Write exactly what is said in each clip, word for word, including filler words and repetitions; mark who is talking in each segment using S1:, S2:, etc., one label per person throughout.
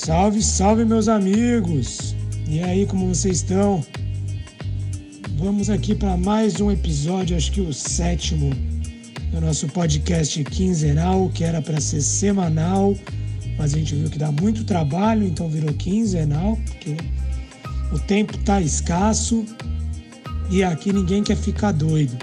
S1: Salve, salve, meus amigos! E aí, como vocês estão? Vamos aqui para mais um episódio, acho que o sétimo, do nosso podcast quinzenal, que era para ser semanal, mas a gente viu que dá muito trabalho, então virou quinzenal, porque o tempo tá escasso e aqui ninguém quer ficar doido.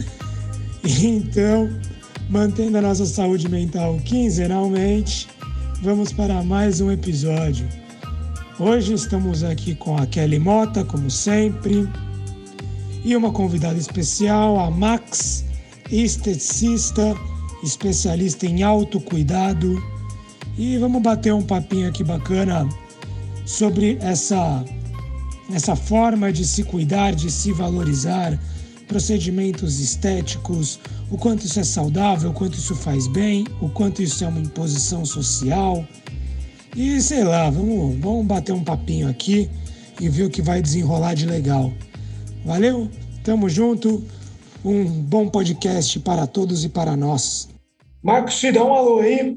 S1: Então, mantendo a nossa saúde mental quinzenalmente, vamos para mais um episódio. Hoje estamos aqui com a Kelly Mota, como sempre, e uma convidada especial, a Max, esteticista, especialista em autocuidado. E vamos bater um papinho aqui bacana sobre essa, essa forma de se cuidar, de se valorizar, procedimentos estéticos, o quanto isso é saudável, o quanto isso faz bem, o quanto isso é uma imposição social. E sei lá, vamos, vamos bater um papinho aqui e ver o que vai desenrolar de legal. Valeu? Tamo junto. Um bom podcast para todos e para nós. Marcos, te dá um alô aí.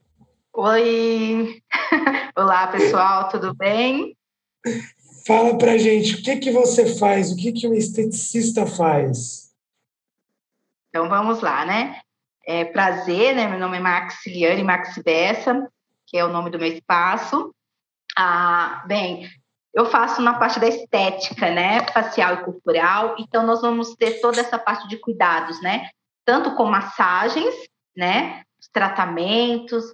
S2: Oi! Olá, pessoal, tudo bem?
S1: Fala pra gente, o que que você faz? O que que um esteticista faz?
S2: Então, vamos lá, né? É, prazer, né? Meu nome é Maxiliane Maxi Bessa, que é o nome do meu espaço. Ah, bem, eu faço na parte da estética, né? Facial e corporal. Então, nós vamos ter toda essa parte de cuidados, né? Tanto com massagens, né? Os tratamentos,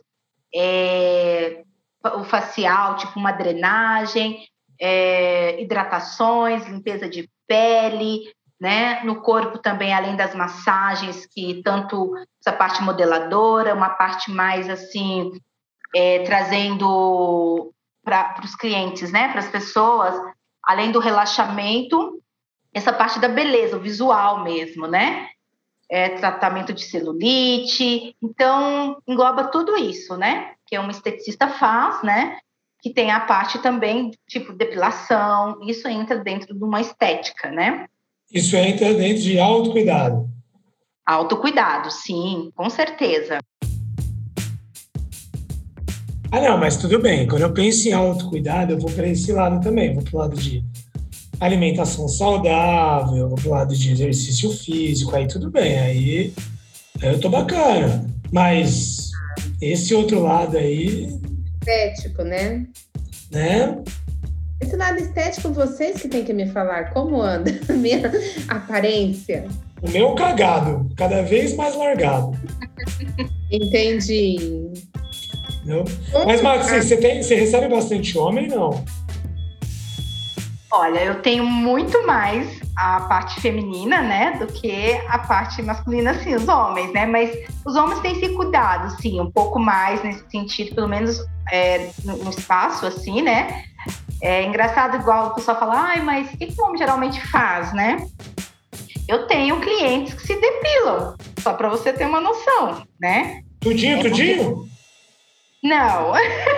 S2: é, o facial, tipo uma drenagem, é, hidratações, limpeza de pele, né? No corpo também, além das massagens, que tanto essa parte modeladora, uma parte mais assim, é, trazendo para os clientes, né? Para as pessoas, além do relaxamento, essa parte da beleza, o visual mesmo, né? É, tratamento de celulite, então engloba tudo isso, né? Que um esteticista faz, né? Que tem a parte também, tipo, depilação, isso entra dentro de uma estética, né?
S1: Isso entra dentro de autocuidado.
S2: Autocuidado, sim, com certeza.
S1: Ah, não, mas tudo bem. Quando eu penso em autocuidado, eu vou para esse lado também. Vou para o lado de alimentação saudável, eu vou para o lado de exercício físico, aí tudo bem. Aí eu tô bacana. Mas esse outro lado aí...
S3: Estético, né?
S1: Né?
S3: Esse lado estético, vocês que tem que me falar como anda a minha aparência.
S1: O meu cagado, cada vez mais largado.
S3: Entendi.
S1: Não? Mas, Max, você, tem, você recebe bastante homem, não?
S2: Olha, eu tenho muito mais a parte feminina, né, do que a parte masculina, sim, os homens, né, mas os homens têm se cuidado, sim, um pouco mais nesse sentido, pelo menos é, no, no espaço, assim, né. É engraçado, igual o pessoal fala, ai, mas o que, que o homem geralmente faz, né? Eu tenho clientes que se depilam, só para você ter uma noção, né.
S1: Tudinho,
S2: é
S1: tudinho?
S2: porque... Não.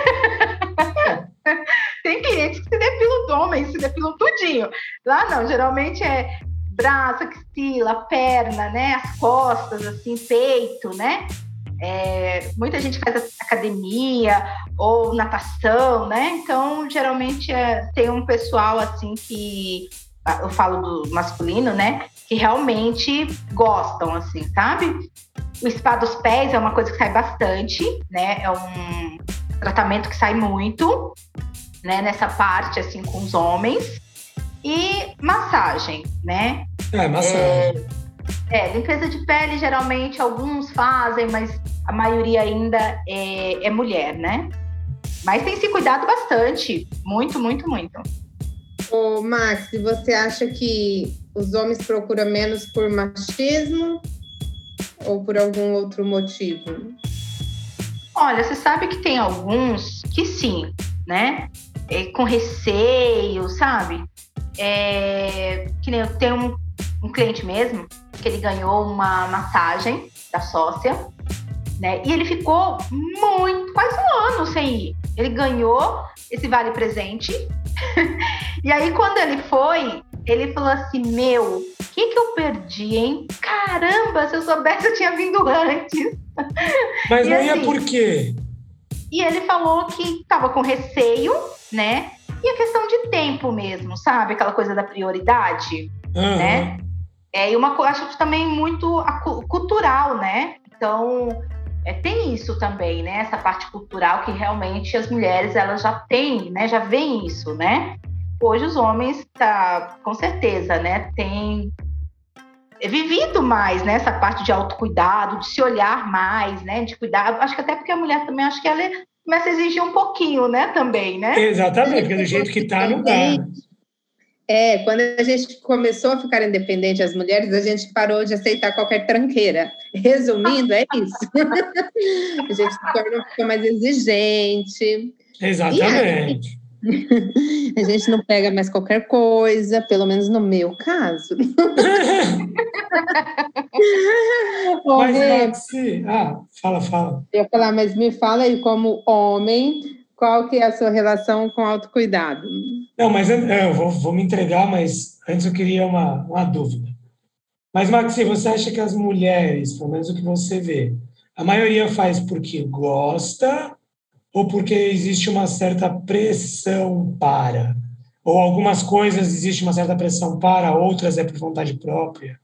S2: Tem clientes que se depilam de homens, se depilam tudinho. Lá não, geralmente é braço, axila, perna, né? As costas, assim, peito, né? É, muita gente faz academia ou natação, né? Então, geralmente é, tem um pessoal, assim, que... Eu falo do masculino, né? Que realmente gostam, assim, sabe? O spa dos pés é uma coisa que sai bastante, né? É um tratamento que sai muito, né? Nessa parte, assim, com os homens. E massagem, né?
S1: É, massagem.
S2: É, é, limpeza de pele, geralmente, alguns fazem, mas a maioria ainda é, é mulher, né? Mas tem se cuidado bastante. Muito, muito, muito.
S3: Ô, Max, você acha que os homens procuram menos por machismo ou por algum outro motivo?
S2: Olha, você sabe que tem alguns que sim, né? É, com receio, sabe? É, que nem eu tenho um, um cliente mesmo, que ele ganhou uma massagem da sócia, né? E ele ficou muito, quase um ano sem ir. Ele ganhou esse vale-presente. E aí, quando ele foi, ele falou assim, meu, o que que eu perdi, hein? Caramba, se eu soubesse, eu tinha vindo antes.
S1: Mas
S2: E
S1: não
S2: assim,
S1: ia por quê?
S2: E ele falou que estava com receio, né? E a questão de tempo mesmo, sabe? Aquela coisa da prioridade,
S1: uhum.
S2: né? É, e uma coisa, acho também muito cultural, né? Então, é, tem isso também, né? Essa parte cultural que realmente as mulheres, elas já têm, né? Já veem isso, né? Hoje os homens, tá, com certeza, né? Têm vivido mais, né? Essa parte de autocuidado, de se olhar mais, né? De cuidar. Acho que até porque a mulher também, acho que ela começa a exigir um pouquinho, né? Também, né?
S1: Exatamente, porque do jeito que tá, não dá.
S3: É, quando a gente começou a ficar independente, as mulheres, a gente parou de aceitar qualquer tranqueira. Resumindo, é isso. A gente se torna um pouco mais exigente.
S1: Exatamente.
S3: E a gente não pega mais qualquer coisa, pelo menos no meu caso.
S1: Mas, Maxi, ah, fala, fala.
S3: Eu ia falar, mas me fala aí, como homem, qual que é a sua relação com autocuidado?
S1: Não, mas eu vou, vou me entregar, mas antes eu queria uma, uma dúvida. Mas, Maxi, você acha que as mulheres, pelo menos o que você vê, a maioria faz porque gosta ou porque existe uma certa pressão para? Ou algumas coisas existe uma certa pressão para, outras é por vontade própria?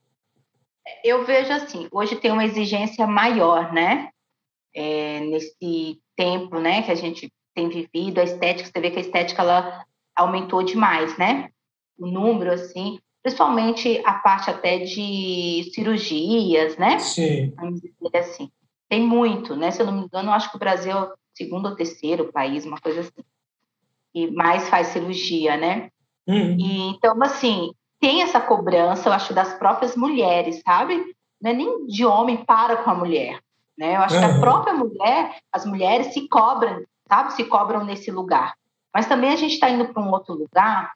S2: Eu vejo assim, hoje tem uma exigência maior, né? É, nesse tempo, né, que a gente tem vivido, a estética, você vê que a estética, ela aumentou demais, né? O número, assim, principalmente a parte até de cirurgias, né?
S1: Sim.
S2: Vamos dizer assim. Tem muito, né? Se eu não me engano, eu acho que o Brasil é o segundo ou terceiro país, uma coisa assim, que mais faz cirurgia, né?
S1: Uhum.
S2: E, então, assim, tem essa cobrança, eu acho, das próprias mulheres, sabe? Não é nem de homem para com a mulher, né? Eu acho uhum. que a própria mulher, as mulheres se cobram, sabe? Se cobram nesse lugar. Mas também a gente está indo para um outro lugar,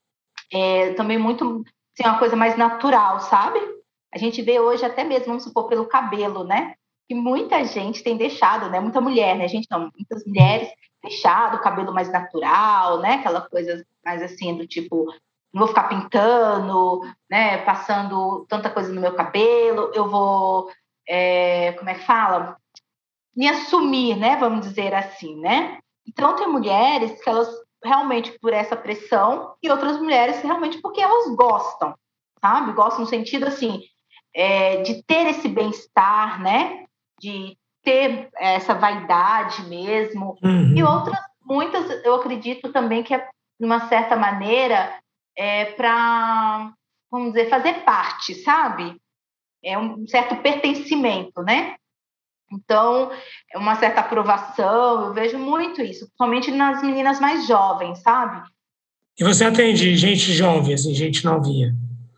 S2: é, também muito, assim, uma coisa mais natural, sabe? A gente vê hoje até mesmo, vamos supor, pelo cabelo, né? Que muita gente tem deixado, né? Muita mulher, né? Gente, não, muitas mulheres deixado o cabelo mais natural, né? Aquela coisa mais assim, do tipo, não vou ficar pintando, né? Passando tanta coisa no meu cabelo, eu vou, é, como é que fala? Me assumir, né? Vamos dizer assim, né? Então, tem mulheres que elas realmente por essa pressão e outras mulheres realmente porque elas gostam, sabe? Gostam no sentido, assim, é, de ter esse bem-estar, né? De ter essa vaidade mesmo.
S1: Uhum.
S2: E outras, muitas, eu acredito também que é, de uma certa maneira, é para, vamos dizer, fazer parte, sabe? É um certo pertencimento, né? Então, é uma certa aprovação, eu vejo muito isso, principalmente nas meninas mais jovens, sabe?
S1: E você atende gente jovem, assim, gente novinha?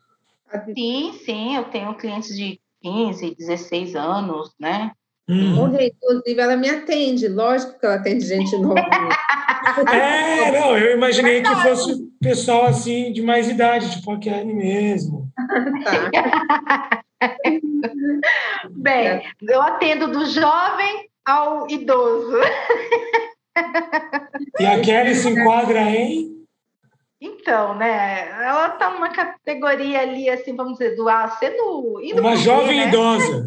S2: Sim, sim, eu tenho clientes de quinze, dezesseis anos, né?
S3: Hum. Inclusive, ela me atende, lógico que ela atende gente novinha.
S1: É, não, eu imaginei que fosse pessoal, assim, de mais idade, tipo a Kelly mesmo.
S3: Tá.
S2: Bem, eu atendo do jovem ao idoso.
S1: E a Kelly se enquadra em?
S2: Então, né, ela tá numa categoria ali, assim, vamos dizer, do A, sendo... Indo
S1: uma jovem
S2: B, né?
S1: idosa.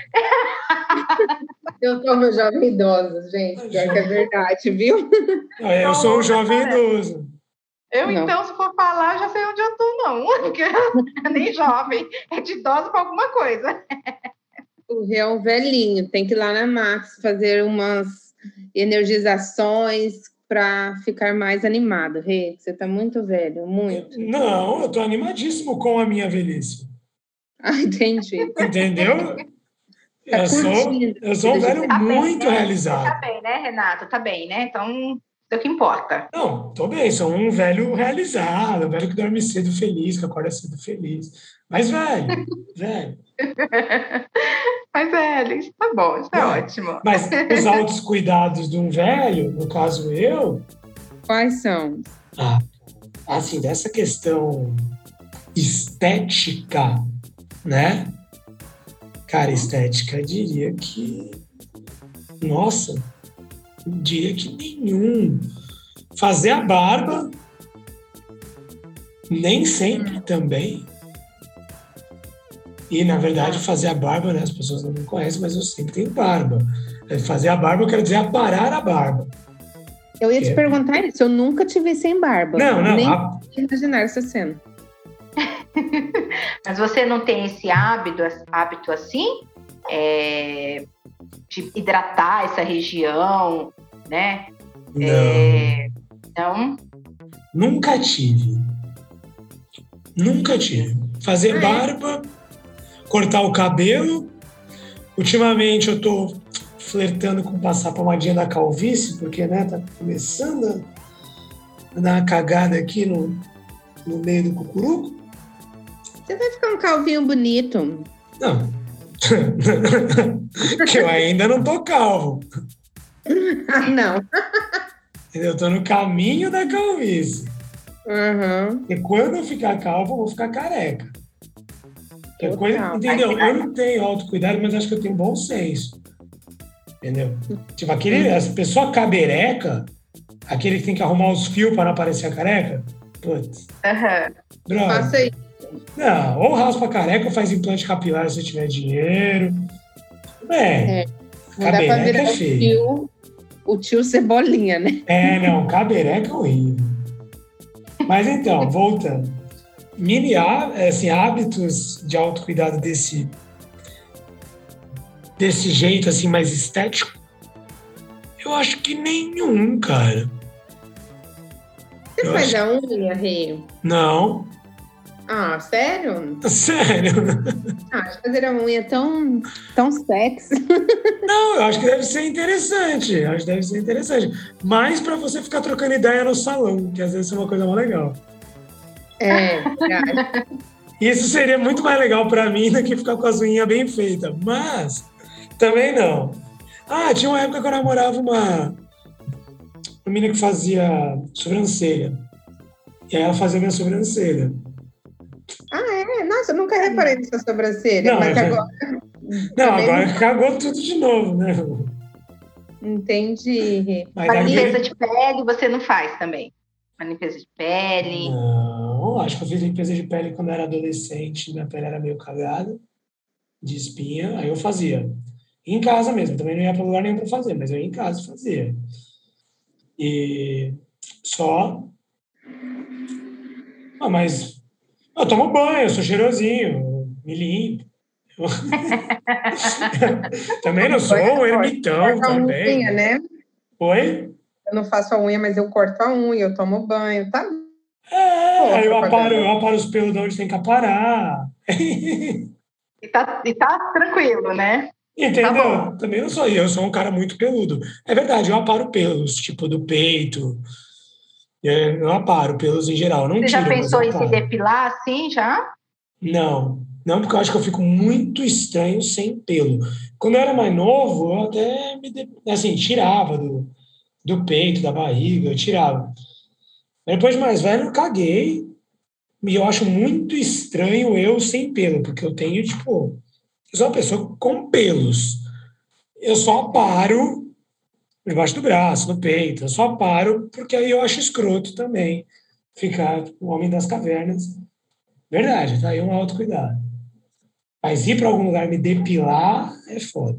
S3: Eu sou uma jovem idosa, gente, pior que é verdade, viu?
S1: Ah, eu sou um jovem idoso.
S2: Eu, não. Então, se for falar, já sei onde eu tô, não. Porque eu nem jovem, é de idosa para alguma coisa.
S3: O Rê é um velhinho, tem que ir lá na Max fazer umas energizações para ficar mais animado. Rê, você tá muito velho, muito.
S1: Eu, não, eu tô animadíssimo com a minha velhice.
S3: Ah, entendi.
S1: Entendeu?
S3: Tá
S1: eu, sou, eu sou um velho
S2: tá
S1: muito
S2: bem, né?
S1: realizado.
S2: Tá bem, né, Renato? Tá bem, né? Então... é o que importa.
S1: Não, tô bem, sou um velho realizado, um velho que dorme cedo feliz, que acorda cedo feliz. Mas velho, velho.
S2: Mas velho, isso tá bom, isso é, é ótimo.
S1: Mas os altos cuidados de um velho, no caso eu...
S3: Quais são?
S1: Ah, assim, dessa questão estética, né? Cara, estética, eu diria que... Nossa... diria que nenhum. Fazer a barba, nem sempre também. E, na verdade, fazer a barba, né? As pessoas não me conhecem, mas eu sempre tenho barba. Fazer a barba, eu quero dizer aparar a barba.
S3: Eu ia te é. perguntar isso, eu nunca te vi sem barba.
S1: Não, não.
S3: Nem
S1: A...
S3: imaginar essa cena.
S2: Mas você não tem esse hábito, hábito assim? É, de hidratar essa região, né?
S1: Não.
S2: É, não?
S1: Nunca tive. Nunca tive. Fazer ah, barba, é? Cortar o cabelo. Ultimamente eu tô flertando com passar pomadinha da calvície, porque, né, tá começando a dar uma cagada aqui no, no meio do cucuruco.
S3: Você vai ficar um calvinho bonito.
S1: Não. Que eu ainda não tô calvo.
S3: Ah, não.
S1: Eu tô no caminho da calvície.
S3: Uhum.
S1: E quando eu ficar calvo, eu vou ficar careca. É coisa, entendeu? Eu não tenho autocuidado, mas acho que eu tenho bom senso. Entendeu? Tipo, aquele, as pessoas cabereca, aquele que tem que arrumar os fios para não aparecer a careca, putz.
S3: Uhum. Faça isso.
S1: Não, ou raspa a careca ou faz implante capilar se tiver dinheiro. É,
S3: é. Não dá pra virar
S1: é feio.
S3: O tio, o tio Cebolinha, né?
S1: É, não, cabereca é horrível. Mas então, voltando. Mini assim, hábitos de autocuidado desse, desse jeito assim mais estético, eu acho que nenhum, cara.
S3: Você eu faz acho... a unha, Rio?
S1: Não.
S3: Ah, sério?
S1: Sério?
S3: Ah, acho que fazer a unha é tão, tão sexy.
S1: Não, eu acho que deve ser interessante. Eu acho que deve ser interessante. Mais pra você ficar trocando ideia no salão, que às vezes é uma coisa mais legal.
S3: É, verdade.
S1: Isso seria muito mais legal pra mim do que ficar com as unhas bem feitas. Mas, também não. Ah, tinha uma época que eu namorava uma, uma menina que fazia sobrancelha. E aí ela fazia minha sobrancelha.
S3: Ah, é? Nossa, eu nunca reparei nessa sobrancelha.
S1: Não,
S3: mas
S1: é...
S3: agora...
S1: Não, agora não... cagou tudo de novo, né?
S3: Entendi.
S2: Mas a limpeza de pele você não faz também? A limpeza de pele?
S1: Não, acho que eu fiz limpeza de pele quando eu era adolescente. Minha pele era meio cagada, de espinha. Aí eu fazia. Em casa mesmo. Também não ia para lugar nenhum para fazer, mas eu ia em casa e fazia. E só... Ah, mas eu tomo banho, eu sou cheirosinho, me limpo. Também não sou um ermitão também.
S3: Unha, né?
S1: Oi?
S3: Eu não faço a unha, mas eu corto a unha, eu tomo banho, tá?
S1: É, Pô, aí eu aparo, eu aparo os pelos de onde tem que aparar.
S2: E tá, e tá tranquilo, né?
S1: Entendeu? Tá, também não sou eu, eu sou um cara muito peludo. É verdade, eu aparo pelos, tipo do peito. Eu aparo pelos em geral, não
S2: Você
S1: tiro,
S2: já pensou
S1: mas
S2: em se depilar assim, já?
S1: Não, não, porque eu acho que eu fico muito estranho sem pelo. Quando eu era mais novo, eu até me, de... assim, tirava do, do peito, da barriga, eu tirava. Mas depois de mais velho, eu caguei. E eu acho muito estranho eu sem pelo, porque eu tenho, tipo, eu sou uma pessoa com pelos. Eu só aparo debaixo do braço, no peito, eu só aparo porque aí eu acho escroto também ficar o homem das cavernas. Verdade, tá aí um autocuidado. Mas ir para algum lugar me depilar é foda.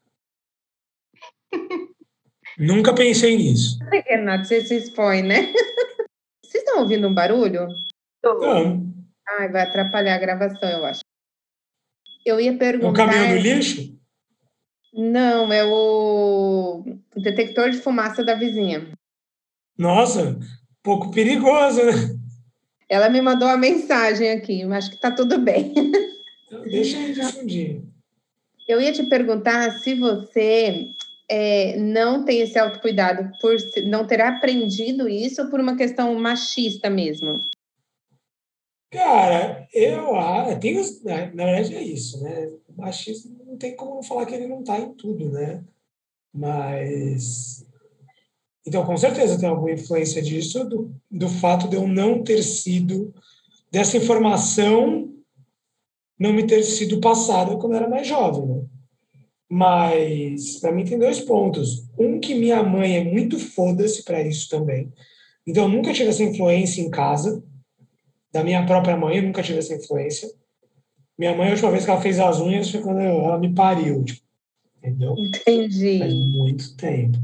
S1: Nunca pensei nisso.
S3: Renato, você se expõe, né? Vocês estão ouvindo um barulho?
S1: Não.
S3: Ai, vai atrapalhar a gravação, eu acho. Eu ia perguntar...
S1: É o caminhão do lixo?
S3: Não, é o detector de fumaça da vizinha.
S1: Nossa, um pouco perigoso, né?
S3: Ela me mandou uma mensagem aqui, mas acho que tá tudo bem.
S1: Então, deixa eu difundir.
S3: Eu ia te perguntar se você é, não tem esse autocuidado por não ter aprendido isso ou por uma questão machista mesmo.
S1: Cara, eu ah, tenho, na verdade é isso, né? O machismo não tem como falar que ele não tá em tudo, né? Mas então, com certeza tem alguma influência disso, do, do fato de eu não ter sido, dessa informação não me ter sido passada quando eu era mais jovem, né? Mas, para mim, tem dois pontos. Um, que minha mãe é muito foda-se para isso também. Então, eu nunca tive essa influência em casa. Da minha própria mãe, eu nunca tive essa influência. Minha mãe, a última vez que ela fez as unhas foi quando eu- ela me pariu, tipo, entendeu? Faz
S3: Entendi.
S1: muito tempo.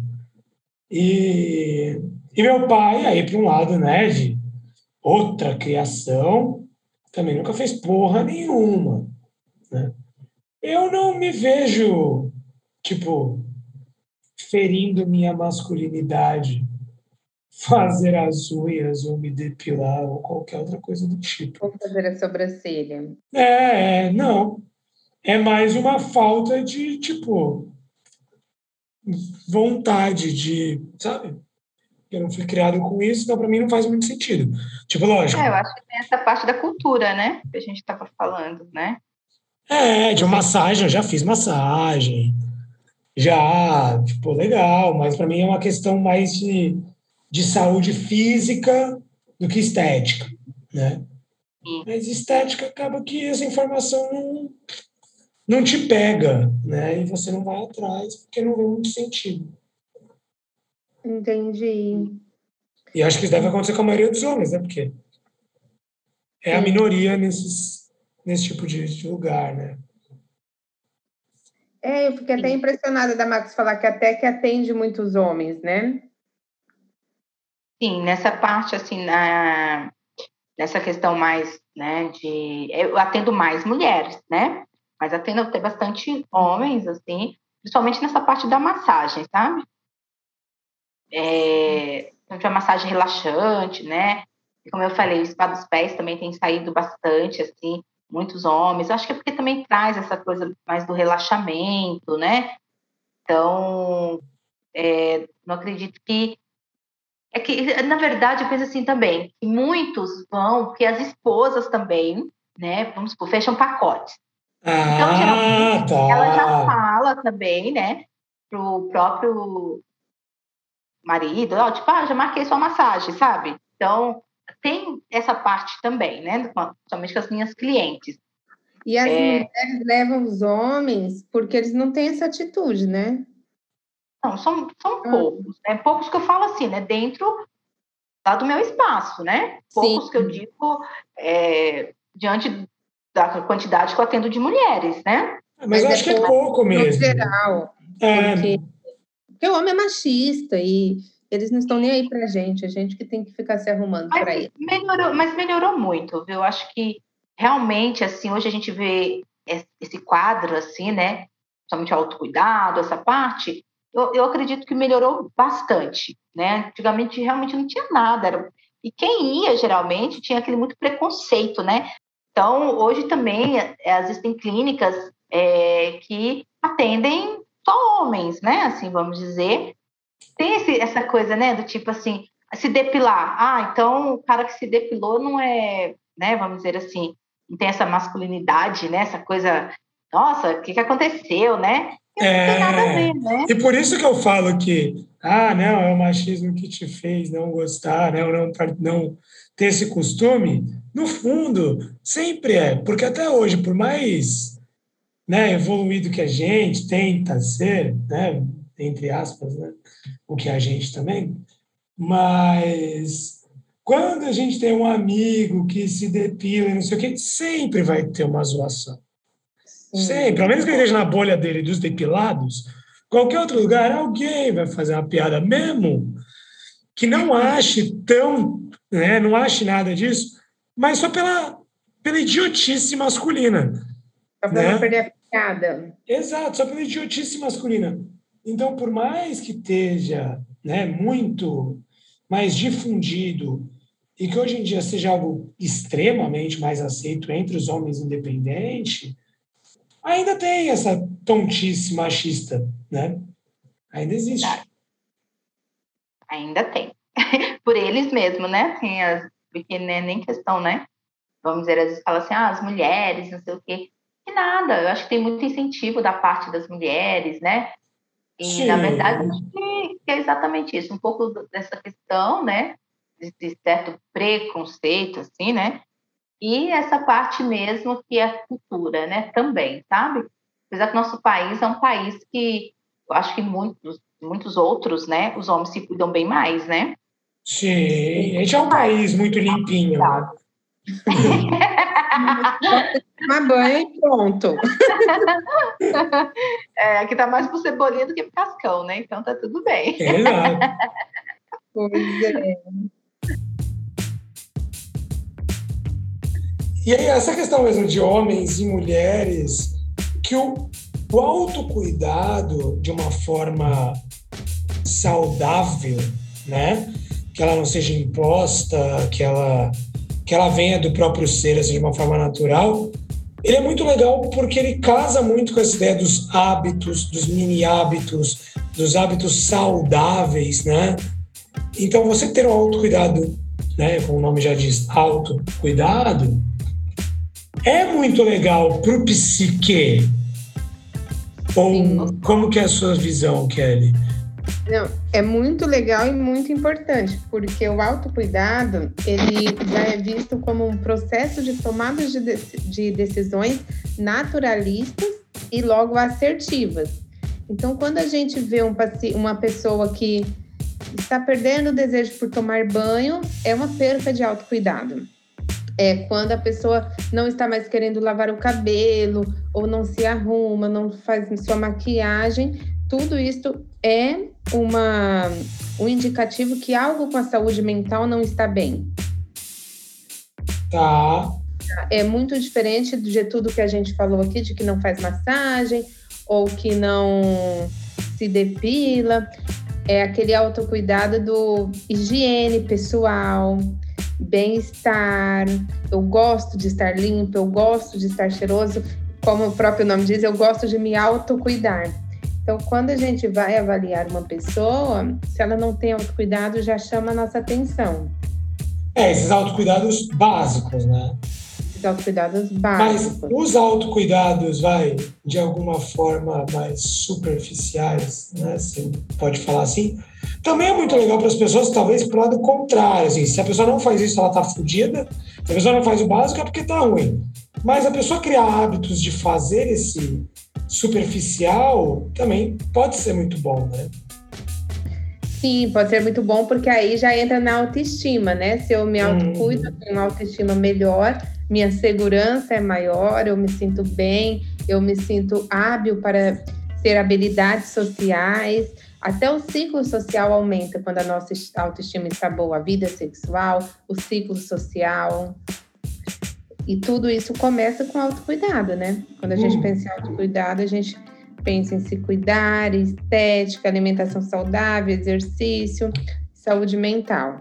S1: E, e meu pai, aí para um lado, né, de outra criação, também nunca fez porra nenhuma, né? Eu não me vejo, tipo, ferindo minha masculinidade, fazer as unhas ou me depilar ou qualquer outra coisa do tipo.
S3: Vou fazer a sobrancelha.
S1: É, é, não. É mais uma falta de, tipo, vontade de, sabe? Eu não fui criado com isso, então para mim não faz muito sentido. Tipo, lógico.
S2: É, eu acho que tem essa parte da cultura, né? Que a gente estava falando, né?
S1: É, de
S2: Você...
S1: massagem, eu já fiz massagem. Já, tipo, legal, mas para mim é uma questão mais de, de saúde física do que estética, né? Mas estética acaba que essa informação não, não te pega, né? E você não vai atrás porque não vê muito sentido.
S3: Entendi.
S1: E acho que isso deve acontecer com a maioria dos homens, né? Porque é a
S3: Sim.
S1: minoria nesses, nesse tipo de, de lugar, né?
S3: É, eu fiquei até impressionada da Max falar que até que atende muitos homens, né?
S2: Sim, nessa parte, assim, na, nessa questão mais, né, de... Eu atendo mais mulheres, né? Mas atendo até bastante homens, assim, principalmente nessa parte da massagem, sabe? É, a massagem relaxante, né? E como eu falei, o spa dos pés também tem saído bastante, assim, muitos homens. Eu acho que é porque também traz essa coisa mais do relaxamento, né? Então, é, não acredito que... É que, na verdade, eu penso assim também, que muitos vão, porque as esposas também, né, vamos supor, fecham pacotes. Então,
S1: Ah,
S2: geralmente, ela já
S1: tá.
S2: fala também, né, pro próprio marido, ó, tipo, ah, já marquei sua massagem, sabe? Então, tem essa parte também, né, somente com as minhas clientes.
S3: E as
S2: É,
S3: mulheres levam os homens porque eles não têm essa atitude, né?
S2: não, são, são
S3: Ah,
S2: poucos, né? Poucos que eu falo assim, né? Dentro lá do meu espaço, né?
S3: sim,
S2: Poucos que eu digo é, diante da quantidade que eu atendo de mulheres, né?
S1: Mas
S3: mas
S1: eu
S3: é
S1: acho que é
S3: pouco
S1: pouco
S3: no
S1: mesmo.
S3: geral,
S1: É,
S3: porque, porque o homem é machista e eles não estão nem aí pra gente, a gente que tem que ficar se arrumando
S2: Mas
S3: para ele.
S2: melhorou, mas melhorou muito, viu? Eu acho que realmente, assim, hoje a gente vê esse quadro, assim, né? Somente autocuidado, essa parte, eu, eu acredito que melhorou bastante, né? Antigamente realmente não tinha nada, era... e quem ia geralmente tinha aquele muito preconceito, né? Então, hoje também é, existem clínicas é, que atendem só homens, né? Assim, vamos dizer. Tem esse, essa coisa, né? Do tipo assim, se depilar. Ah, então o cara que se depilou não é, né? Vamos dizer assim, não tem essa masculinidade, né? Essa coisa, nossa, o que, que aconteceu, né? E não tem nada a
S1: é.
S2: ver, né?
S1: E por isso que eu falo que, ah, não, é o machismo que te fez não gostar, né? Ou não, não ter esse costume. No fundo, sempre é. Porque até hoje, por mais, né, evoluído que a gente tenta ser, né? Entre aspas, né? O que a gente também. Mas quando a gente tem um amigo que se depila e não sei o quê, sempre vai ter uma zoação. Sempre. Ao
S3: Sim.
S1: menos que ele esteja na bolha dele dos depilados, qualquer outro lugar, alguém vai fazer uma piada mesmo que não ache tão, né, não ache nada disso, mas só pela, pela idiotice masculina,
S3: Só para não
S1: né?
S3: perder a piada.
S1: Exato, só pela idiotice masculina. Então, por mais que esteja, né, muito mais difundido e que hoje em dia seja algo extremamente mais aceito entre os homens independentes, ainda tem essa tontice machista, né? Ainda
S2: Verdade,
S1: existe.
S2: ainda tem. Por eles mesmos, né? Tem as, porque não é nem questão, né? Vamos dizer, às vezes fala assim, ah, as mulheres, não sei o quê. E nada, eu acho que tem muito incentivo da parte das mulheres, né? E, na verdade, acho
S1: Sim,
S2: que é exatamente isso, um pouco dessa questão, né, de, de certo preconceito, assim, né, e essa parte mesmo que é a cultura, né, também, sabe? Apesar que nosso país é um país que, eu acho que muitos, muitos outros, né, os homens se cuidam bem mais, né,
S1: sim. A gente é
S2: muito
S1: um
S2: mais,
S1: país muito limpinho, né?
S3: Tomar banho e pronto.
S2: É, aqui tá mais pro Cebolinha do que pro Cascão, né? Então tá tudo bem.
S1: Exato.
S3: Pois é.
S1: E aí, essa questão mesmo de homens e mulheres, que o, o autocuidado de uma forma saudável, né? Que ela não seja imposta, que ela, que ela venha do próprio ser, assim, de uma forma natural, ele é muito legal porque ele casa muito com essa ideia dos hábitos, dos mini hábitos, dos hábitos saudáveis, né? Então, você ter um autocuidado, né, como o nome já diz, autocuidado, é muito legal pro psique. Ou Sim. Como que é a sua visão, Kelly?
S3: Não, é muito legal e muito importante, porque o autocuidado, ele já é visto como um processo de tomada de, de decisões naturalistas e logo assertivas. Então, quando a gente vê um, uma pessoa que está perdendo o desejo por tomar banho, é uma perca de autocuidado. É quando a pessoa não está mais querendo lavar o cabelo, ou não se arruma, não faz sua maquiagem, tudo isso é uma, um indicativo que algo com a saúde mental não está bem.
S1: Tá.
S3: É muito diferente de tudo que a gente falou aqui, de que não faz massagem, ou que não se depila. É aquele autocuidado do higiene pessoal, bem-estar. Eu gosto de estar limpo, eu gosto de estar cheiroso. Como o próprio nome diz, eu gosto de me autocuidar. Então, quando a gente vai avaliar uma pessoa, se ela não tem autocuidado, já chama a nossa atenção.
S1: É, esses autocuidados básicos, né?
S3: Esses autocuidados básicos.
S1: Mas os autocuidados, vai, de alguma forma mais superficiais, né? Você pode falar assim. Também é muito legal para as pessoas, talvez, pro lado contrário. Assim, se a pessoa não faz isso, ela tá fodida. Se a pessoa não faz o básico, é porque tá ruim. Mas a pessoa criar hábitos de fazer esse superficial também pode ser muito bom, né?
S3: Sim, pode ser muito bom, porque aí já entra na autoestima, né? Se eu me autocuido, tenho uma autoestima melhor, minha segurança é maior, eu me sinto bem, eu me sinto hábil para ter habilidades sociais. Até o ciclo social aumenta quando a nossa autoestima está boa, a vida sexual, o ciclo social. E tudo isso começa com autocuidado, né? Quando a gente hum. pensa em autocuidado, a gente pensa em se cuidar, estética, alimentação saudável, exercício, saúde mental.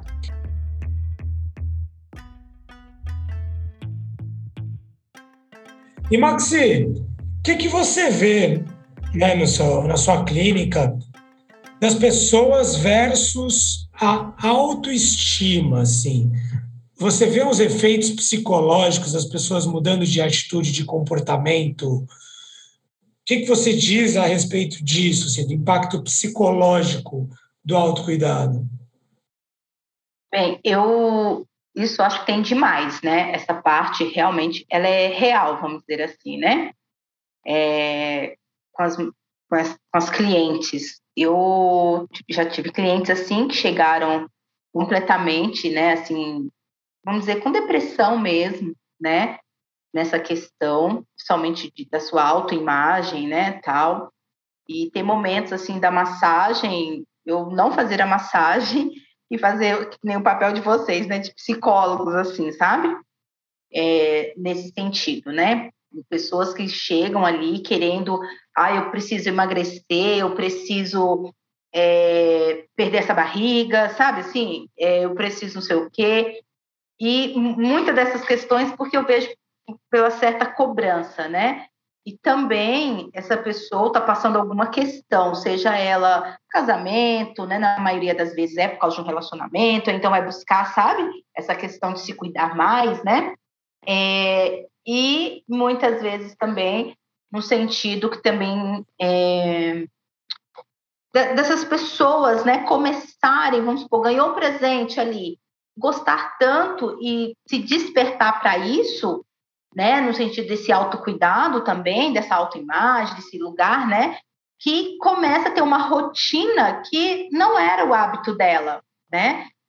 S1: E Maxi, o que, que você vê, né, no seu, na sua clínica das pessoas versus a autoestima, assim? Você vê os efeitos psicológicos das pessoas mudando de atitude, de comportamento? O que, que você diz a respeito disso, assim, do impacto psicológico do autocuidado?
S2: Bem, eu isso acho que tem demais, né? Essa parte realmente ela é real, vamos dizer assim, né? É, com, as, com, as, com as clientes. Eu já tive clientes assim que chegaram completamente, né? Assim, vamos dizer, com depressão mesmo, né? Nessa questão, somente de, da sua autoimagem, né, tal. E tem momentos, assim, da massagem, eu não fazer a massagem e fazer que nem o papel de vocês, né, de psicólogos, assim, sabe? É, nesse sentido, né? Pessoas que chegam ali querendo, ah, eu preciso emagrecer, eu preciso é, perder essa barriga, sabe, assim? É, eu preciso não sei o quê. E muitas dessas questões, porque eu vejo pela certa cobrança, né? E também essa pessoa está passando alguma questão, seja ela casamento, né? Na maioria das vezes é por causa de um relacionamento, então vai buscar, sabe? Essa questão de se cuidar mais, né? É, e muitas vezes também no sentido que também é, dessas pessoas, né? Começarem, vamos supor, ganhou um presente ali, gostar tanto e se despertar para isso, né, no sentido desse autocuidado também, dessa autoimagem, desse lugar, né, que começa a ter uma rotina que não era o hábito dela, né,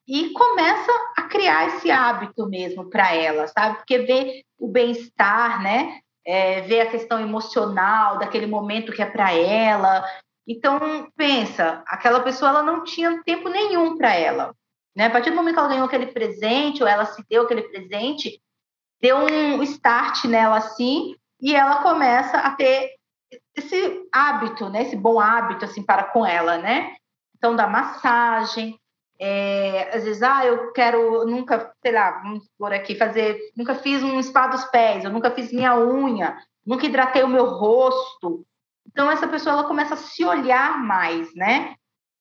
S2: e começa a criar esse hábito mesmo para ela, sabe? Porque vê o bem-estar, né? É, vê a questão emocional daquele momento que é para ela. Então, pensa, aquela pessoa ela não tinha tempo nenhum para ela, né? A partir do momento que ela ganhou aquele presente, ou ela se deu aquele presente, deu um start nela assim, e ela começa a ter esse hábito, né? Esse bom hábito assim para com ela, né? Então, da massagem, é, às vezes, ah, eu quero, nunca, sei lá, vamos por aqui, fazer, nunca fiz um spa dos pés, eu nunca fiz minha unha, nunca hidratei o meu rosto. Então, essa pessoa, ela começa a se olhar mais, né?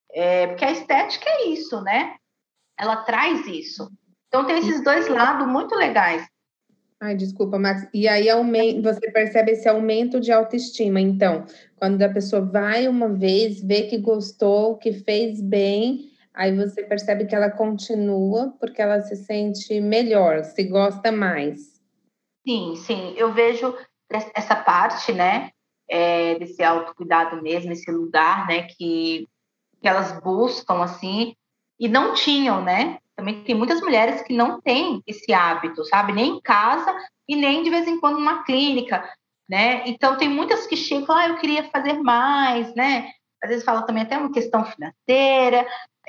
S2: É, porque a estética é isso, né? Ela traz isso. Então, tem esses dois lados muito legais.
S3: Ai, desculpa, Max. E aí aumenta, você percebe esse aumento de autoestima. Então, quando a pessoa vai uma vez, vê que gostou, que fez bem, aí você percebe que ela continua porque ela se sente melhor, se gosta mais.
S2: Sim, sim. Eu vejo essa parte, né? É, desse autocuidado mesmo, esse lugar, né? Que, que elas buscam, assim, e não tinham, né? Também tem muitas mulheres que não têm esse hábito, sabe? Nem em casa e nem de vez em quando numa clínica, né? Então, tem muitas que chegam, ah, eu queria fazer mais, né? Às vezes fala também até uma questão financeira,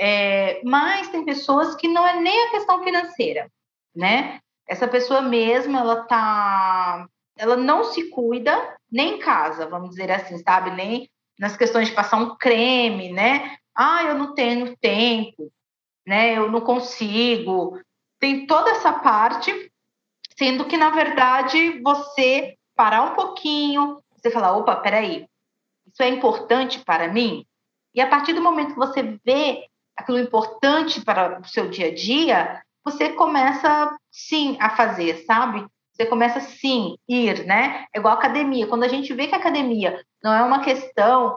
S2: é, mas tem pessoas que não é nem a questão financeira, né? Essa pessoa mesmo, ela tá... Ela não se cuida nem em casa, vamos dizer assim, sabe? Nem nas questões de passar um creme, né? Ah, eu não tenho tempo, né? Eu não consigo. Tem toda essa parte, sendo que, na verdade, você parar um pouquinho, você falar, opa, peraí, isso é importante para mim? E a partir do momento que você vê aquilo importante para o seu dia a dia, você começa, sim, a fazer, sabe? Você começa, sim, ir, né? É igual a academia. Quando a gente vê que a academia não é uma questão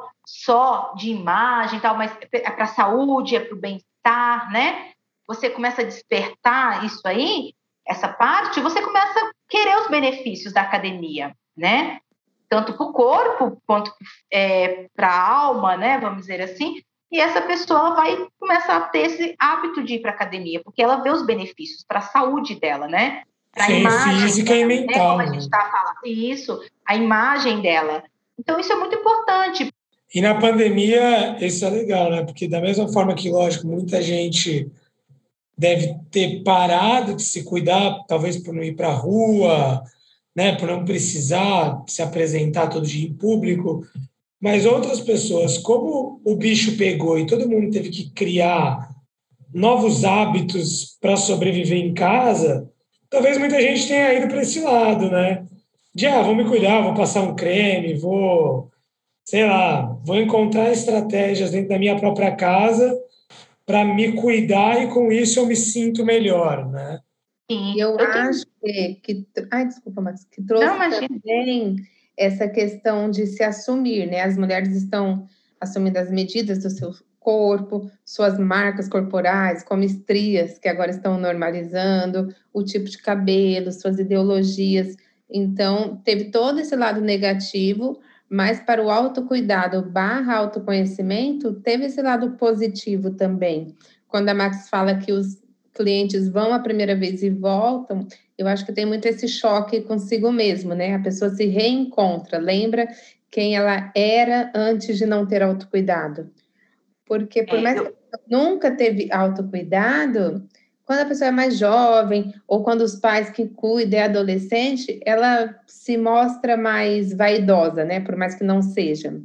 S2: só de imagem e tal, mas é para a saúde, é para o bem-estar, né? Você começa a despertar isso aí, essa parte, você começa a querer os benefícios da academia, né? Tanto para o corpo quanto é, para a alma, né? Vamos dizer assim. E essa pessoa ela vai começar a ter esse hábito de ir para a academia, porque ela vê os benefícios para a saúde dela, né? Para a
S1: Sim,
S2: imagem
S1: física e
S2: dela, né? Como a
S1: mental,
S2: gente
S1: né?
S2: está falando. Isso, a imagem dela. Então, isso é muito importante.
S1: E na pandemia, isso é legal, né? Porque da mesma forma que, lógico, muita gente deve ter parado de se cuidar, talvez por não ir para a rua, né? Por não precisar se apresentar todo dia em público, mas outras pessoas, como o bicho pegou e todo mundo teve que criar novos hábitos para sobreviver em casa, talvez muita gente tenha ido para esse lado, né? De, ah, vou me cuidar, vou passar um creme, vou, sei lá, vou encontrar estratégias dentro da minha própria casa para me cuidar e com isso eu me sinto melhor, né?
S2: Sim,
S3: Eu
S2: eu tenho...
S3: acho que, que... Ai, desculpa, Max, que
S2: Não,
S3: trouxe
S2: imagina.
S3: também essa questão de se assumir, né? As mulheres estão assumindo as medidas do seu corpo, suas marcas corporais, como estrias, que agora estão normalizando, o tipo de cabelo, suas ideologias. Então, teve todo esse lado negativo, mas para o autocuidado barra autoconhecimento, teve esse lado positivo também. Quando a Max fala que os clientes vão a primeira vez e voltam, eu acho que tem muito esse choque consigo mesmo, né? A pessoa se reencontra, lembra quem ela era antes de não ter autocuidado. Porque por
S2: É,
S3: mais
S2: eu...
S3: que a pessoa nunca teve autocuidado, quando a pessoa é mais jovem, ou quando os pais que cuidam é adolescente, ela se mostra mais vaidosa, né? Por mais que não seja.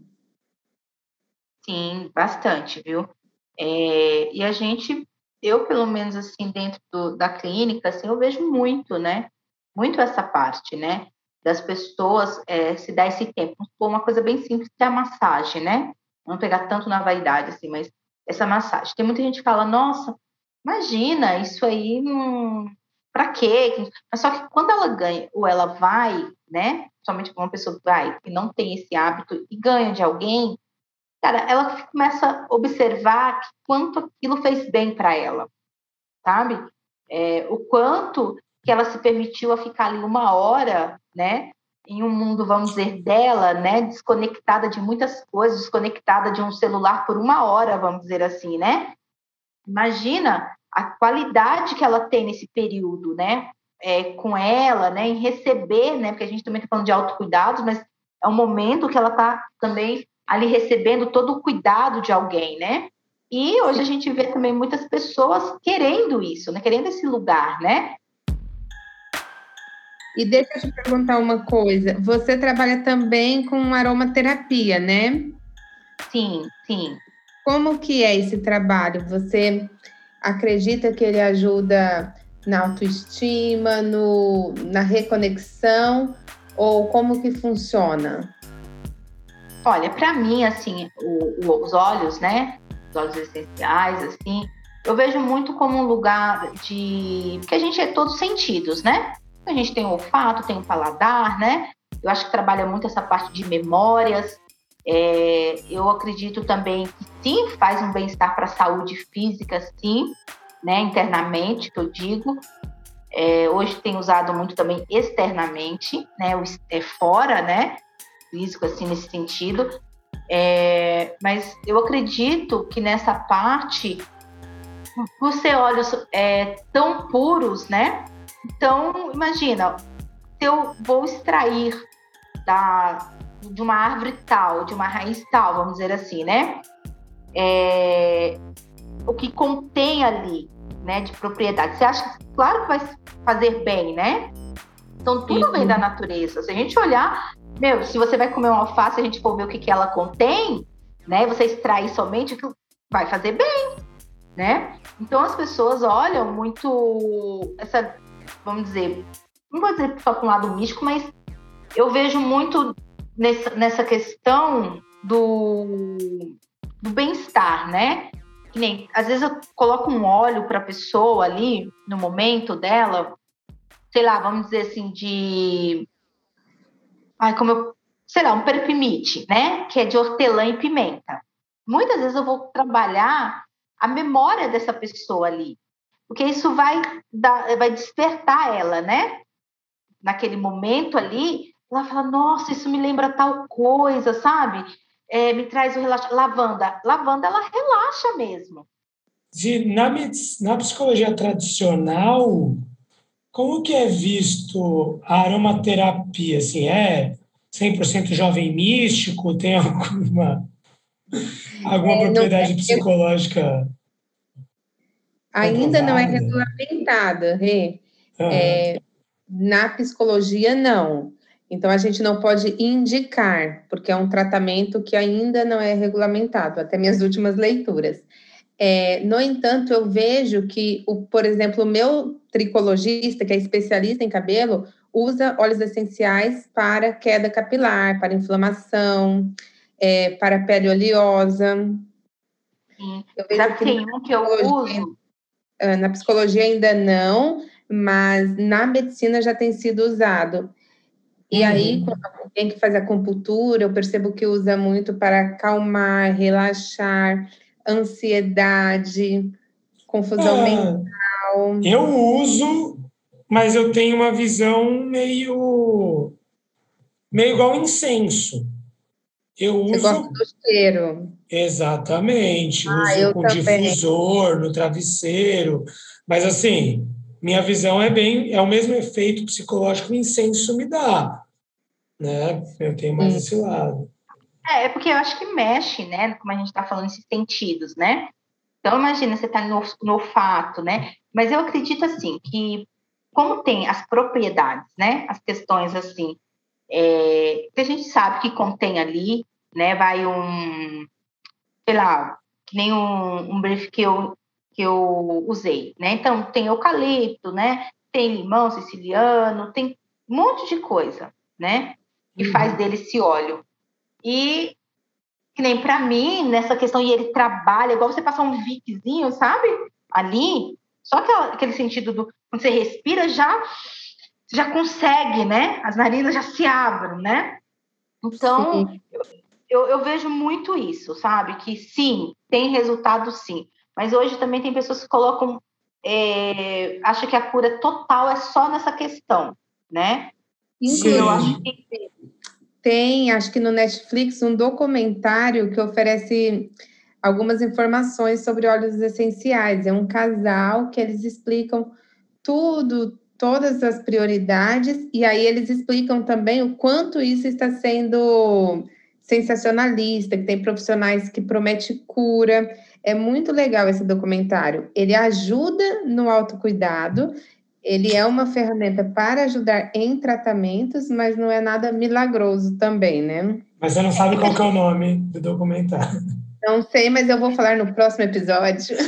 S2: Sim, bastante, viu? É, e a gente, eu pelo menos assim, dentro do, da clínica, assim, eu vejo muito, né? Muito essa parte, né? Das pessoas é, se dar esse tempo. Por uma coisa bem simples, que é a massagem, né? Não pegar tanto na vaidade, assim, mas essa massagem. Tem muita gente que fala, nossa, imagina, isso aí não... Pra quê? Mas só que quando ela ganha, ou ela vai, né? Somente uma pessoa vai, que não tem esse hábito e ganha de alguém, cara, ela começa a observar que quanto aquilo fez bem para ela, sabe? É, o quanto que ela se permitiu a ficar ali uma hora, né? Em um mundo, vamos dizer, dela, né? Desconectada de muitas coisas, desconectada de um celular por uma hora, vamos dizer assim, né? Imagina a qualidade que ela tem nesse período, né? É, com ela, né? Em receber, né? Porque a gente também está falando de autocuidados, mas é um momento que ela está também ali recebendo todo o cuidado de alguém, né? E hoje a gente vê também muitas pessoas querendo isso, né? Querendo esse lugar, né?
S3: E deixa eu te perguntar uma coisa. Você trabalha também com aromaterapia, né?
S2: Sim, sim.
S3: Como que é esse trabalho? Você acredita que ele ajuda na autoestima, no, na reconexão? Ou como que funciona?
S2: Olha, para mim, assim, o, o, os óleos, né? Os óleos essenciais, assim, eu vejo muito como um lugar de... Porque a gente é todos sentidos, né? A gente tem o olfato, tem o paladar, né? Eu acho que trabalha muito essa parte de memórias. É, eu acredito também que sim, faz um bem-estar para a saúde física, sim, né? Internamente, que eu digo. É, hoje tem usado muito também externamente, né? O, é, fora, né? Físico, assim, nesse sentido. É, mas eu acredito que nessa parte, por ser óleos é, tão puros, né? Então, imagina, se eu vou extrair da, de uma árvore tal, de uma raiz tal, vamos dizer assim, né? É, o que contém ali, né, de propriedade. Você acha, claro que vai fazer bem, né? Então, tudo vem da natureza. Se a gente olhar, meu, se você vai comer uma alface, a gente for ver o que, que ela contém, né? Você extrair somente o que vai fazer bem, né? Então, as pessoas olham muito essa, vamos dizer, não vou dizer só para um lado místico, mas eu vejo muito nessa, nessa questão do, do bem-estar, né? Que nem, às vezes eu coloco um óleo para a pessoa ali, no momento dela, sei lá, vamos dizer assim, de... Ai, como eu... Sei lá, um perpimite, né? Que é de hortelã e pimenta. Muitas vezes eu vou trabalhar a memória dessa pessoa ali, porque isso vai, dar, vai despertar ela, né? Naquele momento ali, ela fala, nossa, isso me lembra tal coisa, sabe? É, me traz o relaxamento. Lavanda. Lavanda, ela relaxa mesmo.
S1: De, na, na psicologia tradicional, como que é visto a aromaterapia? Assim, é cem por cento jovem místico? Tem alguma, alguma
S3: É, não
S1: propriedade
S3: é,
S1: psicológica
S3: ainda não é
S1: comprovada?
S3: regulamentada, Rê.
S1: Uhum.
S3: É, na psicologia, não. Então, a gente não pode indicar, porque é um tratamento que ainda não é regulamentado, até minhas últimas leituras. É, no entanto, eu vejo que, o, por exemplo, o meu tricologista, que é especialista em cabelo, usa óleos essenciais para queda capilar, para inflamação, é, para pele oleosa.
S2: Sim.
S3: Eu
S2: Sabe
S3: vejo
S2: que
S3: que
S2: tem um que eu uso?
S3: na psicologia ainda não, mas na medicina já tem sido usado. E aí,
S1: Uhum.
S3: quando alguém que faz acupuntura, eu percebo que usa muito para acalmar, relaxar, ansiedade, confusão mental.
S1: Ah, eu uso, mas eu tenho uma visão meio, meio igual incenso. Eu
S3: Você gosta
S1: uso
S3: do cheiro?
S1: exatamente,
S3: Ah,
S1: uso
S3: eu
S1: com
S3: também.
S1: difusor no travesseiro, mas assim, minha visão é bem, é o mesmo efeito psicológico que o incenso me dá, né? Eu tenho mais
S3: Sim.
S1: esse lado.
S2: É, é porque eu acho que mexe, né? Como a gente está falando, esses sentidos, né? Então, imagina, você está no, no olfato, né? Mas eu acredito, assim, que como tem as propriedades, né? As questões, assim, é, que a gente sabe que contém ali, né? Vai um, sei lá, que nem um, um brief que eu, que eu usei, né? Então, tem eucalipto, né? Tem limão siciliano, tem um monte de coisa, né? Que faz
S1: Uhum.
S2: dele esse óleo. E que nem para mim, nessa questão, e ele trabalha, igual você passar um Viczinho, sabe? Ali, só que aquele sentido do quando você respira, já, já consegue, né? As narinas já se abrem, né? Então,
S3: Sim.
S2: eu, eu vejo muito isso, sabe? Que sim, tem resultado sim. Mas hoje também tem pessoas que colocam, é, acha que a cura total é só nessa questão, né? E eu acho
S1: Sim.
S2: que
S3: Tem, acho que no Netflix, um documentário que oferece algumas informações sobre óleos essenciais. É um casal que eles explicam tudo, todas as prioridades, e aí eles explicam também o quanto isso está sendo sensacionalista, que tem profissionais que prometem cura. É muito legal esse documentário. Ele ajuda no autocuidado, ele é uma ferramenta para ajudar em tratamentos, mas não é nada milagroso também, né?
S1: Mas você não sabe qual que é o nome do documentário.
S3: Não sei, mas eu vou falar no próximo episódio.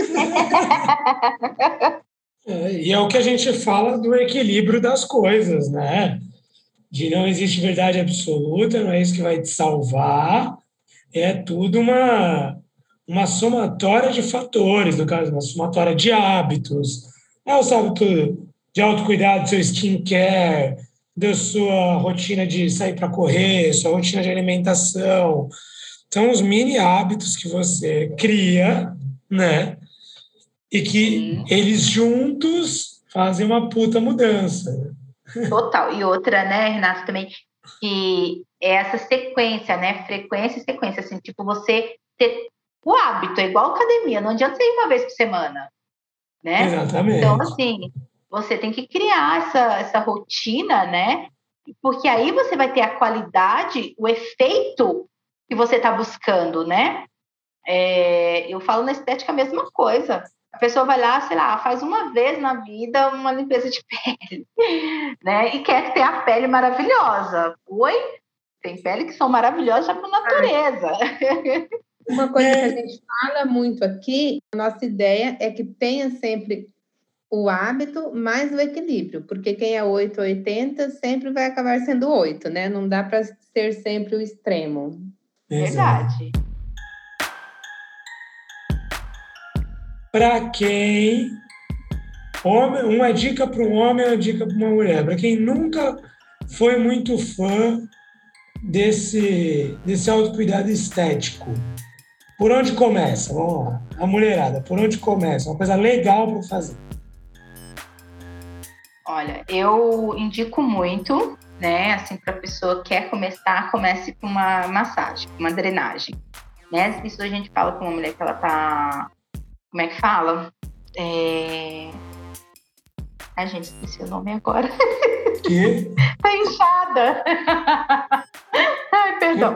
S1: É, e é o que a gente fala do equilíbrio das coisas, né? De não existe verdade absoluta, não é isso que vai te salvar, é tudo uma, uma somatória de fatores, no caso, uma somatória de hábitos. É o hábito de autocuidado, do seu skincare, da sua rotina de sair para correr, sua rotina de alimentação. São os mini hábitos que você cria, né? E que eles juntos fazem uma puta mudança.
S2: Total. E outra, né, Renato, também, que é essa sequência, né? Frequência e sequência, assim, tipo, você ter o hábito, é igual academia, não adianta você ir uma vez por semana, né?
S1: Exatamente.
S2: Então, assim, você tem que criar essa, essa rotina, né? Porque aí você vai ter a qualidade, o efeito que você está buscando, né? É, eu falo na estética a mesma coisa. A pessoa vai lá, sei lá, faz uma vez na vida uma limpeza de pele, né? E quer ter a pele maravilhosa. Oi? Tem pele que são maravilhosas já por natureza.
S3: Uma coisa que a gente fala muito aqui, a nossa ideia é que tenha sempre o hábito mais o equilíbrio, porque quem é oito ou oitenta sempre vai acabar sendo oito, né? Não dá para ser sempre o extremo.
S2: Verdade.
S1: Para quem... Homem, uma dica para um homem, uma dica para uma mulher. Para quem nunca foi muito fã desse, desse autocuidado estético, por onde começa? Vamos lá. A mulherada, por onde começa? Uma coisa legal para fazer.
S2: Olha, eu indico muito, né? Assim, para a pessoa que quer começar, comece com uma massagem, uma drenagem, né? Isso a gente fala com uma mulher que ela tá... Como é que fala? É... Ai, gente, esqueci o nome agora.
S1: Que?
S2: Tá inchada. Ai, perdão.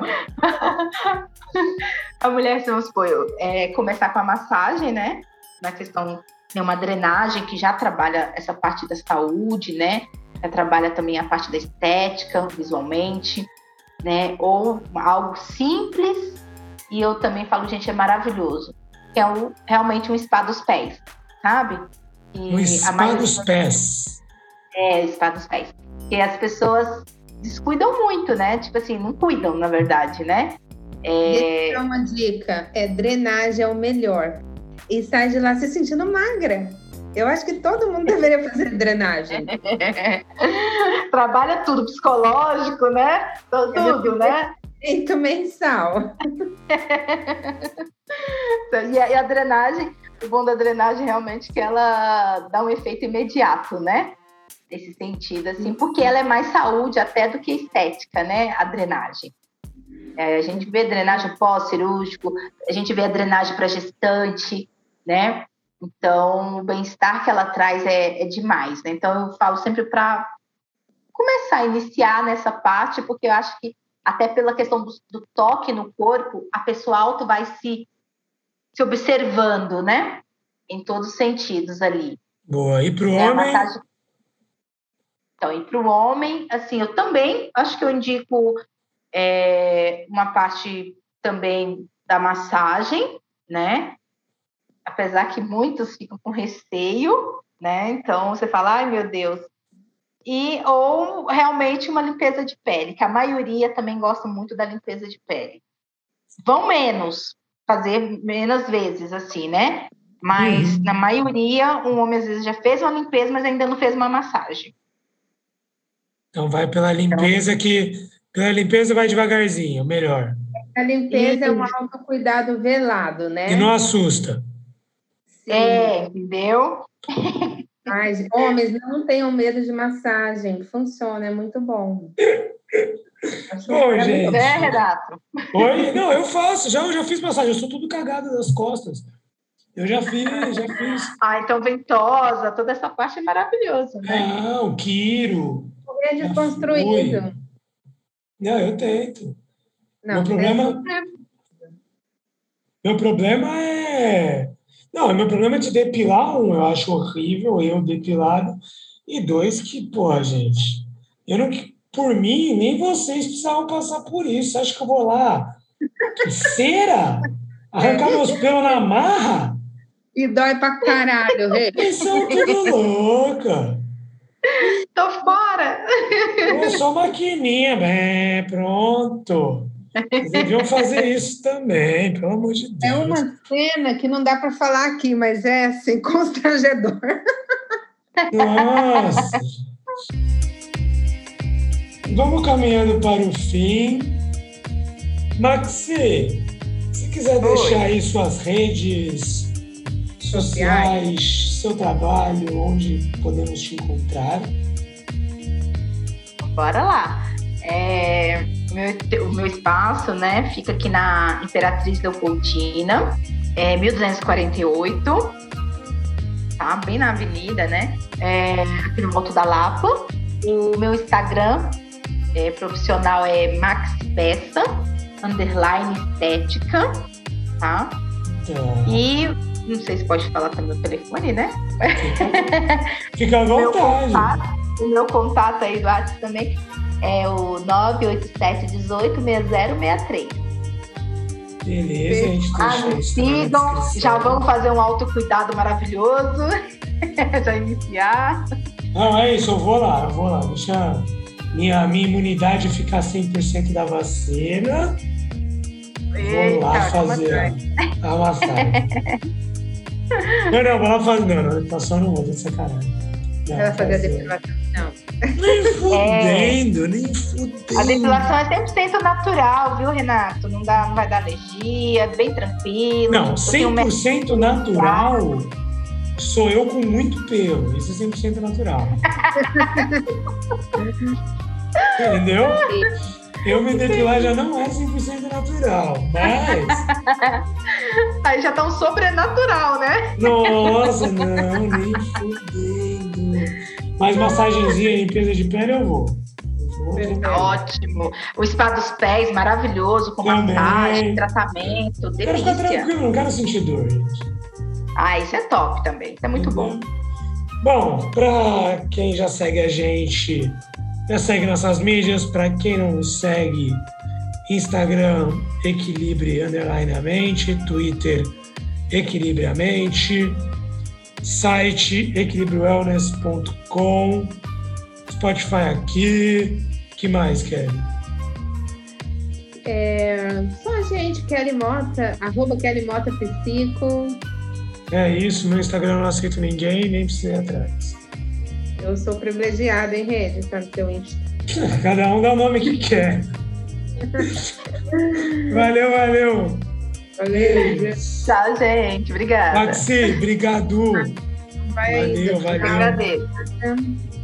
S2: A mulher, vamos supor, é, começar com a massagem, né? Na questão de uma drenagem que já trabalha essa parte da saúde, né? Já trabalha também a parte da estética, visualmente, né? Ou algo simples. E eu também falo, gente, é maravilhoso. Que é um, realmente um spa dos pés, sabe?
S1: E um spa dos pés.
S2: É, spa dos pés. Porque as pessoas descuidam muito, né? Tipo assim, não cuidam, na verdade, né? É...
S3: Deixa eu dar uma dica, é drenagem é o melhor. E sai de lá se sentindo magra. Eu acho que todo mundo deveria fazer drenagem.
S2: Trabalha tudo, psicológico, né? Tudo, né?
S3: Feito mensal.
S2: E a, e a drenagem, o bom da drenagem realmente é que ela dá um efeito imediato, né? Nesse sentido, assim, porque ela é mais saúde até do que estética, né? A drenagem. É, a gente vê drenagem pós-cirúrgico, a gente vê a drenagem para gestante, né? Então, o bem-estar que ela traz é, é demais, né? Então, eu falo sempre para começar a iniciar nessa parte, porque eu acho que até pela questão do, do toque no corpo, a pessoa auto vai se, se observando, né? Em todos os sentidos ali.
S1: Boa. E para o
S2: é
S1: homem?
S2: Massagem... Então, e para o homem, assim, eu também acho que eu indico é, uma parte também da massagem, né? Apesar que muitos ficam com receio, né? Então, você fala, ai, meu Deus. E, ou realmente uma limpeza de pele, que a maioria também gosta muito da limpeza de pele. Vão menos, fazer menos vezes, assim, né? Mas, uhum. na maioria, um homem às vezes já fez uma limpeza, mas ainda não fez uma massagem.
S1: Então, vai pela limpeza então, que... Pela limpeza vai devagarzinho, melhor.
S3: A limpeza e... é um autocuidado velado, né?
S1: E não assusta.
S2: Sim. É, entendeu?
S3: Mas, homens, não tenham medo de massagem. Funciona, é muito bom.
S1: Bom, gente.
S2: É, Renato?
S1: Oi? Não, eu faço, já, eu já fiz massagem, eu sou tudo cagado das costas. Eu já fiz, já fiz.
S2: Ah, então ventosa, toda essa parte é maravilhosa, né?
S1: Ah, o Quiro.
S3: É desconstruído.
S1: Não, eu tento.
S3: Não,
S1: meu problema,
S3: é...
S1: meu problema é... Não, meu problema é de depilar, um, eu acho horrível, eu depilado, e dois, que, porra, gente, eu não... Por mim, nem vocês precisavam passar por isso. Você acha que eu vou lá? Que cera? Arrancar meus pelos na marra?
S3: E dói pra caralho, Rê.
S1: Vocês são tudo louca.
S2: Tô fora.
S1: Eu sou maquininha, bem, pronto. Vocês deviam fazer isso também, pelo amor de Deus.
S3: É uma cena que não dá para falar aqui, mas é assim, constrangedor.
S1: Nossa. Vamos caminhando para o fim. Maxi, se quiser
S2: Oi.
S1: deixar aí suas redes sociais, seu trabalho, onde podemos te encontrar.
S2: Bora lá. É, meu, o meu espaço, né, fica aqui na Imperatriz Leopoldina, é, mil duzentos e quarenta e oito, tá? Bem na avenida, né? É, aqui no Alto da Lapa. O meu Instagram é, profissional é maxpeça, underline estética, tá?
S1: Tá.
S2: E não sei se pode falar também o telefone, né?
S1: Fica à
S2: Meu
S1: vontade.
S2: contato, o meu contato aí do WhatsApp também é o nove oito sete um oito seis zero seis três.
S1: Beleza, a gente
S2: Ah,
S1: deixa
S2: me
S1: isso na
S2: sigam,
S1: descrição.
S2: já vamos fazer um autocuidado maravilhoso. Já iniciar.
S1: Não, é isso, eu vou lá, eu vou lá. Deixa minha, minha imunidade ficar cem por cento da vacina. Vou lá
S2: Eita,
S1: fazer a, a massagem. Não, não, vou lá fazer. Não, não, depilação não vou, tô de sacanagem. Não,
S3: Ela fazer a depilação, não.
S1: Nem fudendo, nem fudendo.
S2: A depilação é cem por cento natural, viu, Renato? Não, dá, não vai dar alergia, bem tranquilo.
S1: Não,
S2: Eu tenho
S1: cem por cento
S2: um
S1: natural sou eu com muito pelo. Isso é cem por cento natural. Entendeu? Eu me depilar já não é cem por cento natural, mas...
S2: Aí já tá um sobrenatural, né?
S1: Nossa, não, nem fudendo. Mas massagenzinha e limpeza de pele eu vou. Eu vou.
S2: Ótimo. O spa dos pés, maravilhoso, com
S1: Também.
S2: massagem, tratamento,
S1: Eu quero ficar
S2: delícia.
S1: tranquilo, não quero sentir dor, gente.
S2: Ah, isso é top também. Isso é muito bom.
S1: Bom, pra quem já segue a gente, já segue nossas mídias. Pra quem não nos segue, Instagram, Equilibre Underline a Mente, Twitter, Equilibre a Mente, site equilibre wellness ponto com, Spotify aqui. Que mais, Kelly?
S3: É, só a gente, Kelly Mota, arroba Kelly Mota Psico.
S1: É isso, meu Instagram eu não aceito ninguém, nem precisa ir atrás.
S3: Eu sou privilegiada em rede, tá no seu Insta.
S1: Cada um dá o nome que quer. Valeu, valeu.
S3: Valeu.
S2: Tchau, gente. Obrigada.
S1: Maxi, obrigado.
S3: Vai aí,
S1: Valeu,
S3: gente.
S1: valeu.
S2: Eu agradeço.